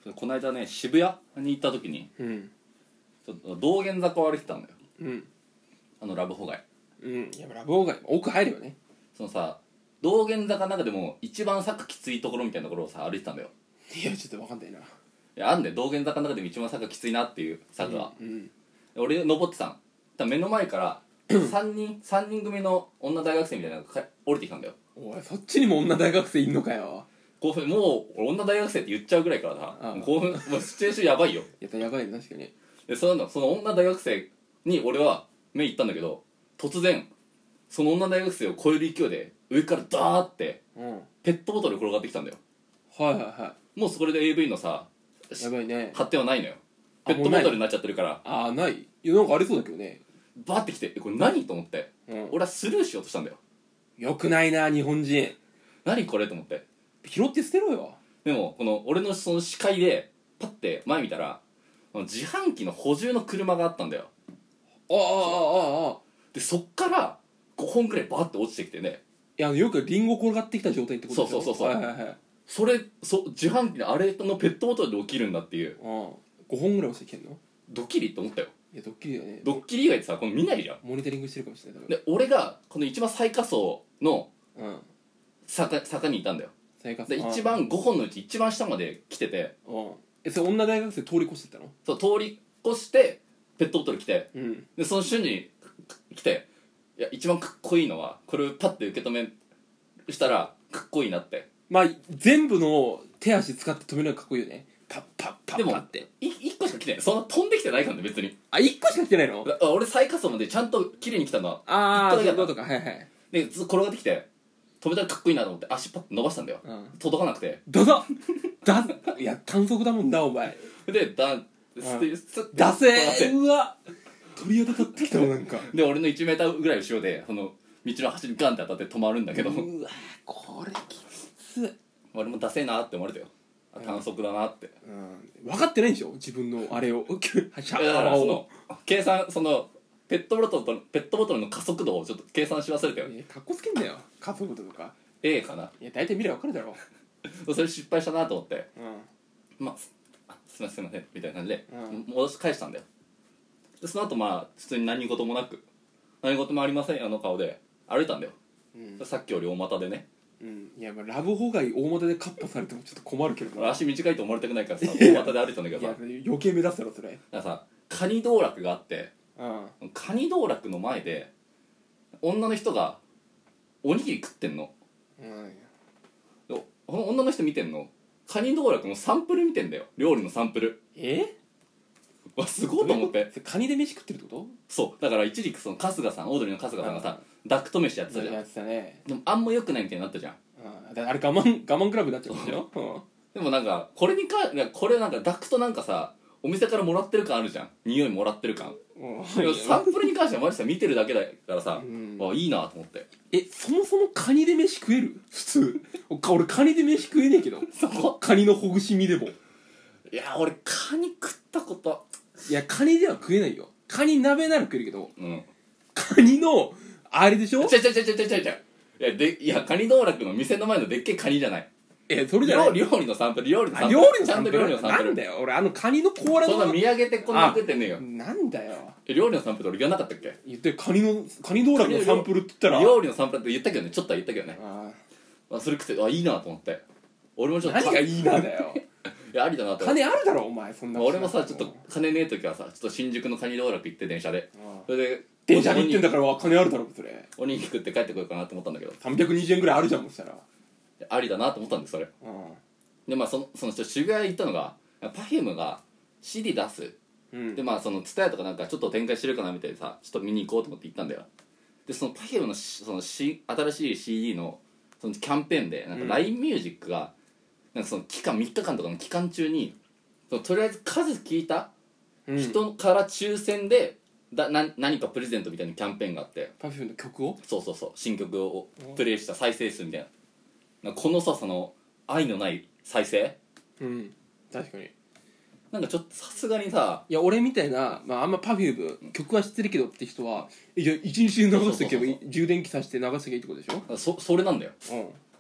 この間ね渋谷に行った時にちょっと道玄坂を歩いてたんだよ。ラブホ街。 いやラブホ街奥入るよね。 そのさ道玄坂の中でも一番坂きついところみたいなところをさ歩いてたんだよ。 いやちょっと分かんないな。 いやあんで道玄坂の中でも一番坂きついなっていう坂が、俺登ってたんだ。目の前から3人組の女大学生みたいなのが降りてきたんだよ。 おいそっちにも女大学生いんのかよ。 興奮もう俺女大学生って言っちゃうぐらいからな。興奮もうシチュエーションやばいよ。 やばいね確かに。 でその女大学生に俺は目いったんだけど、突然その女大学生を超える勢いで上からダーってペットボトル転がってきたんだよ。もうそれで AV のさやばいね発展はないのよ。ペットボトルになっちゃってるから。 ああない。いやなんかありそうだけどね。 バーってきてこれ何と思って、俺はスルーしようとしたんだよ。 よくないな日本人。 何これと思って拾って捨てろよ。 でもこの俺のその視界でパッて前見たら自販機の補充の車があったんだよ。でそっから5本くらいバーって落ちてきてね。 いやよくリンゴ転がってきた状態ってことでしょ。 そうそれ自販機のあれのペットボトルで起きるんだっていう。 5本ぐらい落ちてきてんの。 ドッキリって思ったよ。 いやドッキリだよね。 ドッキリ以外でさこの見ないじゃん。 モニタリングしてるかもしれない。 で俺がこの一番最下層の坂にいたんだよ。で一番5本のうち一番下まで来てて、 それ女大学生通り越してったの。 そう通り越してペットボトル来て、でその瞬時に来て、いや一番かっこいいのはこれをパッて受け止めしたらかっこいいなって。 まあ全部の手足使って止めるのがかっこいいよね。パッパッパッパッって。 でも1個しか来てない。そんな飛んできてないからね別に。 1個しか来てないの。 俺最下層までちゃんと綺麗に来たのは 1個だけだった。そういうことか。 でずっと転がってきて飛べたらかっこいいなと思って足パッて伸ばしたんだよ。届かなくていや短足だもんだお前で出せうわ鳥肌立ってきたわなんかで俺の 1m ぐらい後ろでその道の端にガンって当たって止まるんだけど、 うわこれきつ。 俺もダセえなって思われたよ。短足だなって、 分かってないんでしょ自分のあれを計算そのペットボトルの加速度をちょっと計算し忘れたよ。 かっこつけんだよ加速度とか。 A かな。 いや大体見れば分かるだろそれ失敗したなと思って、まあすいませんみたいな感じで、戻し返したんだよ。でその後まあ普通に何事もなく何事もありませんよの顔で歩いたんだよ、さっきより大股でね。 いやまあラブホ街大股でカットされてもちょっと困るけどな。 足短いと思われたくないからさ大股で歩いたんだけどさ。 いや余計目立つだろそれ。 だからさカニ道楽があって、カニ道楽の前で女の人がおにぎり食ってんの。この女の人見てんのカニ道楽のサンプル見てんだよ。料理のサンプル。わすごいと思って。 カニで飯食ってるってこと。 そうだから一時期その春日さんオードリーの春日さんがさダクト飯やってたじゃん。 やってたね。 でもあんま良くないみたいになったじゃん。 あれ我慢クラブになっちゃうんでしょ。 でもなんかこれなんかダクトなんかさお店からもらってる感あるじゃん。匂いもらってる感。サンプルに関してはマジさ見てるだけだからさ、いいなと思って。 そもそもカニで飯食える普通。俺カニで飯食えねえけどカニのほぐし身でも。 いや俺カニ食ったこと。 いやカニでは食えないよ。カニ鍋なら食えるけど、カニのあれでしょ。 いやカニ道楽の店の前のでっけえカニじゃない。 それじゃない。 料理のサンプル。ちゃんと料理のサンプル。 なんだよ俺カニの甲羅のそんな見上げてこんな食ってんねえよ。 なんだよ料理のサンプル俺言わなかったっけ。 言ってカニ道楽のサンプルって言ったら料理のサンプルって言ったけどね。ちょっとは言ったけどね。それ食っていいなと思って。俺もちょっと何がいいなだよ。 いやありだなと。 金あるだろお前そんな。 俺もさちょっと金ねえ時はさちょっと新宿のカニ道楽行って電車でそれで電車に行ってんだから金あるだろそれ。 おにぎり食って帰ってこようかなと思ったんだけど 320円ぐらいあるじゃんもしたら。 ありだなと思ったんですそれ。でまあその渋谷行ったのが Perfume が CD 出す、でまあその TSUTAYA とかなんかちょっと展開してるかなみたいでさちょっと見に行こうと思って行ったんだよ。でその Perfume の新しい CD のそのキャンペーンでなんか LINE ミュージックがなんかその期間3日間とかの期間中にとりあえず数聞いた人から抽選で何かプレゼントみたいなキャンペーンがあって Perfume の曲をそう新曲をプレイした再生数みたいなこのさその愛のない再生確かになんかちょっとさすがにさいや俺みたいな、あんま Perfume 曲は知ってるけどって人はいや一日で流しておけば充電器させて流しておけばいいってことでしょ。 それなんだよ。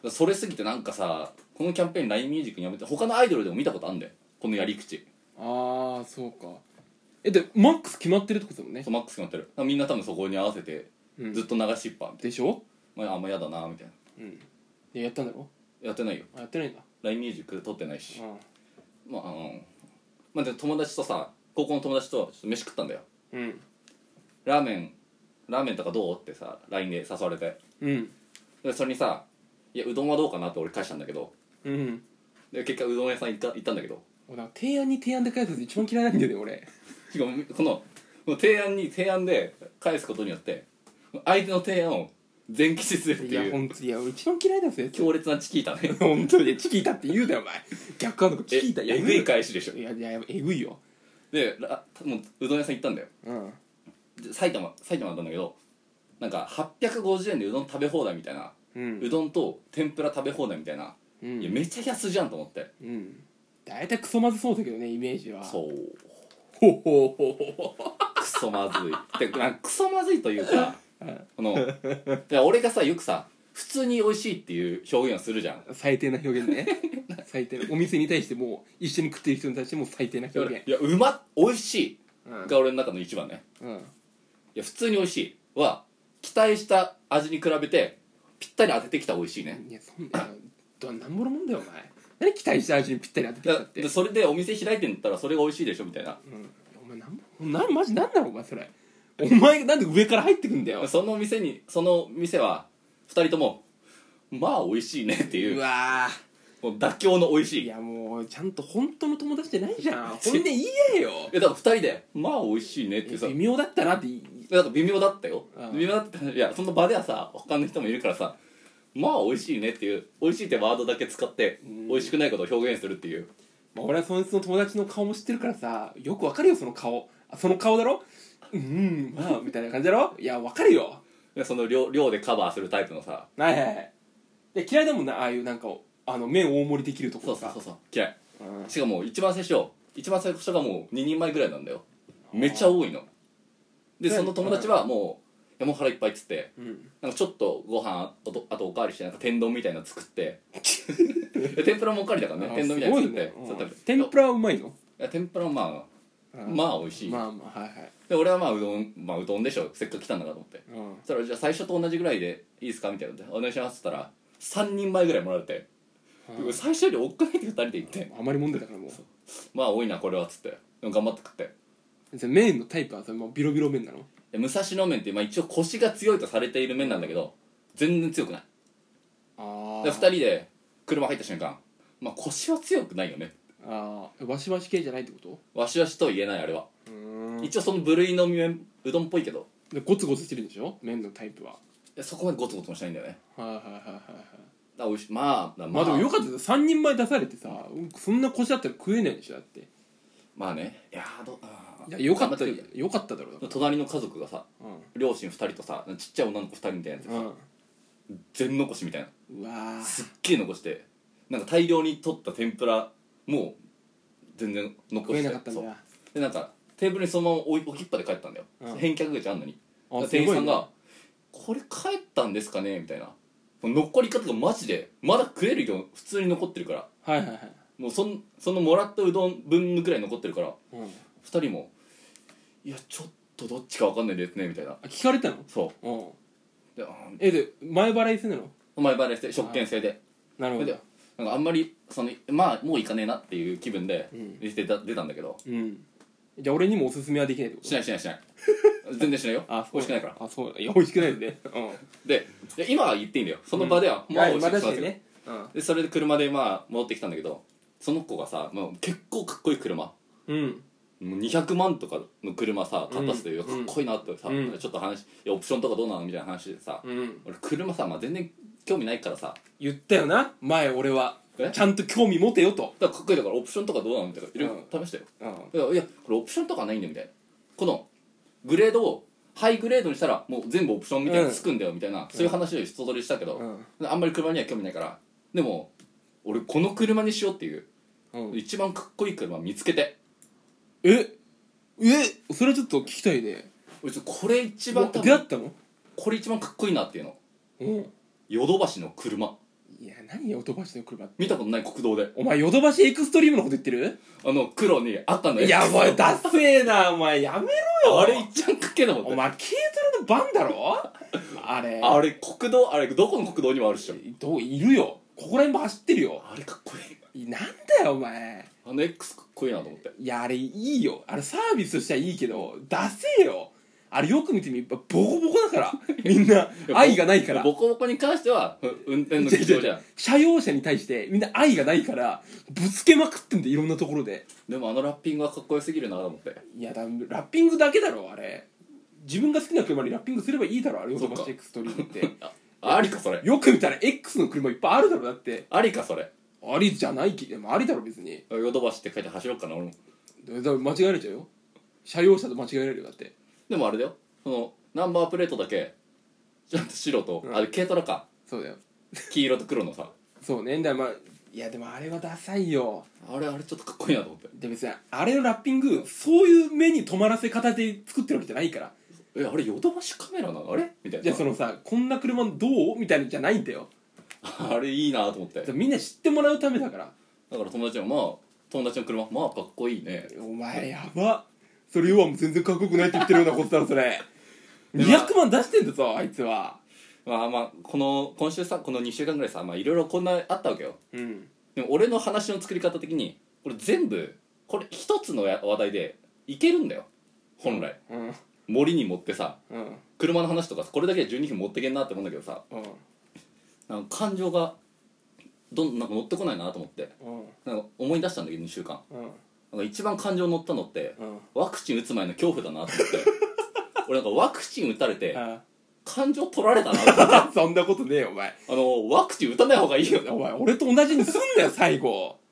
それすぎてなんかさ、このキャンペーン LINE ミュージックにやめて、他のアイドルでも見たことあるんだよ、このやり口。 ああそうか。でマックス決まってるってことだもんね。 そうマックス決まってる。みんな多分そこに合わせてずっと流しっぱみたいな、 でしょ。 まあ、あんまやだなみたいな。 うんでやったんだろ。 やってないよ。 やってないんだ。 LINE ミュージック撮ってないし、 うまあまあで友達とさ、高校の友達とちょっと飯食ったんだよ。 んラーメンとかどうってさ LINE で誘われて、 うんでそれにさ、いやうどんはどうかなって俺返したんだけど、 うんで結果うどん屋さん行ったんだけど、 俺なんか提案に提案で返すやつ一番嫌いなんだよね俺。 しかもこの提案に提案で返すことによって相手の提案を全消しするっていやいう本当に、いや俺一番嫌いだぜ。 強烈なチキータね。 本当にチキータって言うだよお前。逆側の子チキータえぐい返しでしょ。 いやえぐいよ。 でもううどん屋さん行ったんだよ。 うんで埼玉だったんだけど、なんか850円でうどん食べ放題みたいな、うどんと天ぷら食べ放題みたいな、いやめっちゃ安じゃんと思って。 大体クソまずそうだけどねイメージは。 そうほほほほクソまずいってなんかクソまずいというかこので俺がさよくさ普通に美味しいっていう表現をするじゃん。 最低な表現ね。最低なお店に対しても一緒に食ってる人に対しても最低な表現。 いや美味しいが俺の中の一番ね。いや普通に美味しいは期待した味に比べてぴったり当ててきた美味しいね。 いやそんななんぼのもんだよお前。何期待した味にぴったり当ててきたって。 でそれでお店開いてんだったらそれが美味しいでしょみたいな、 お前マジなんだろお前それ。お前がなんで上から入ってくんだよ。 その店は2人ともまあ美味しいねっていううわもう妥協の美味しい。 いやもうちゃんと本当の友達じゃないじゃん。ほんで言えよ。 だから2人でまあ美味しいねってさ、 微妙だったなってだから微妙だったよ、 うん微妙だった。いやその場ではさ他の人もいるからさ、まあ美味しいねっていう美味しいってワードだけ使って美味しくないことを表現するっていう、 まあ、俺はそいつの友達の顔も知ってるからさよくわかるよその顔。その顔だろ。まあみたいな感じだろ。いやわかるよ。 でその量でカバーするタイプのさ、 はいで嫌いだもんなああいうなんか麺大盛りできるところさ。 そう嫌い、しかも一番最初がもう2人前ぐらいなんだよ。めっちゃ多いので、その友達はもう、いやもう腹いっぱいっつって、なんかちょっとご飯あとおかわりしてなんか天丼みたいなの作って天ぷらもおかわりだからね、天丼みたいなの作って、そう食べて。 天ぷらはうまいの。 いや天ぷらはまあ美味しい。 まあはいで俺はまあうどんでしょ、せっかく来たんだからと思って、そしたらじゃあ最初と同じぐらいでいいですかみたいなのでお願いしますっつったら3人前ぐらいもられて、最初より多くないって2人で言って、 あまりもんでたからもうまあ多いなこれはっつって、でも頑張って食って。 麺のタイプはそれもうビロビロ麺なの。 武蔵野麺って、まあ、一応コシが強いとされている麺なんだけど全然強くない。で2人で車入った瞬間、まあコシは強くないよね。 わしわし系じゃないってこと。 わしわしとは言えないあれは。一応その部類の麺うどんっぽいけど、 でゴツゴツしてるんでしょ麺のタイプは。 いやそこまでゴツゴツもしないんだよね。 はいだ美味しい。まあでもよかったです3人前出されてさ、そんなコシだったら食えないでしょだって。 まあね。いやよかっただろう。 隣の家族がさ、両親2人とさちっちゃい女の子2人みたいなやつがさ、全残しみたいな、 うわすっげえ残して、なんか大量に取った天ぷらも全然残して食えなかったんだ。 でなんかテーブルにそのまま置きっぱで帰ったんだよ、返却口あんのに。店員さんが「これ帰ったんですかね?」みたいな。残り方がマジでまだ食えるよ、普通に残ってるから。もうそのもらったうどん分ぐらい残ってるから、2人も「いやちょっとどっちか分かんないですね」みたいな。 聞かれたの。 そうで前払いするの。 前払いして食券制で。 なるほど。 なんかあんまりまあもう行かねえなっていう気分で出たんだけど、 じゃあ俺にもおすすめはできないってこと。 しない全然しないよ。美味しくないから。 そういや美味しくないんで。 で今は言っていいんだよ、その場では。まあ美味しくないね。 でそれで車でまあ戻ってきたんだけど、その子がさ、もう結構かっこいい車、もう200万とかの車さ買ったっすよ、かっこいいなってさ、ちょっと話、いやオプションとかどうなのみたいな話でさ、俺車さ、まあ、全然興味ないからさ。 言ったよな前俺は。ちゃんと興味持てよと。 だからかっこいいだからオプションとかどうなのみたいな、いろいろ試したよ。だからいやこれオプションとかないんだよみたいな、このグレードをハイグレードにしたらもう全部オプションみたいなのつくんだよみたいな、そういう話を一通りしたけど、あんまり車には興味ないから。でも俺この車にしようっていう、一番かっこいい車見つけて。 それちょっと聞きたいね。 これ一番出会ったの。 これ一番かっこいいなっていうの、ヨドバシの車。 いや何ヨドバシの車って見たことない国道で。 お前ヨドバシエクストリームのこと言ってる？ 黒に赤のいやお前ダッセーなお前やめろよ。 あれ一番かっけえなもん。 お前軽トラのバンだろあれ国道、あれどこの国道にもあるっしょ。 いるよ、ここら辺も走ってるよ。 あれかっこいい。 なんだよお前。 X かっこいいなと思って。 いやあれいいよ、あれサービスとしてはいいけどダセえよ。あれよく見てみ、ボコボコだからみんな愛がないから。 ボコボコに関しては運転の基準じゃん。 車用車に対してみんな愛がないからぶつけまくってんで、いろんなところで。 でもラッピングはかっこよすぎるなと思って。 いやラッピングだけだろあれ。自分が好きな車にラッピングすればいいだろあれ。ヨドバシエクストリームってありかそれ。 よく見たら X の車いっぱいあるだろ。だってありかそれ。 ありじゃないでもありだろ別に。 ヨドバシって書いて走ろうかな俺も。 だから間違えられちゃうよ、車用車と間違えられるよ。だってでもあれだよ、ナンバープレートだけちゃんと白と、あれ軽トラか。 そうだよ黄色と黒のさ。 そうね。だからいやでもあれはダサいよ。 あれちょっとかっこいいなと思って。 で別にあれのラッピングそういう目に留まらせ方で作ってるわけじゃないから。 あれヨドバシカメラなのあれみたいな。 じゃあそのさ、こんな車どうみたいなんじゃないんだよ。 あれいいなと思って。 みんな知ってもらうためだから。 だから友達の車かっこいいね。 お前やば。それ要はもう全然かっこよくないって言ってるようなことだろそれ200万出してんだぞあいつは。 今週さ、この2週間ぐらいさ、いろいろこんなあったわけよ。でも俺の話の作り方的にこれ全部これ一つの話題でいけるんだよ本来。森に持ってさ、車の話とかこれだけで12分持ってけんなって思うんだけどさ、なんか感情がなんか乗ってこないなと思って、なんか思い出したんだけど2週間、なんか一番感情乗ったのって、ワクチン打つ前の恐怖だなと思って俺なんかワクチン打たれて感情取られたなと思ってそんなことねえよお前。 ワクチン打たない方がいいよね。 お前俺と同じにすんなよ最後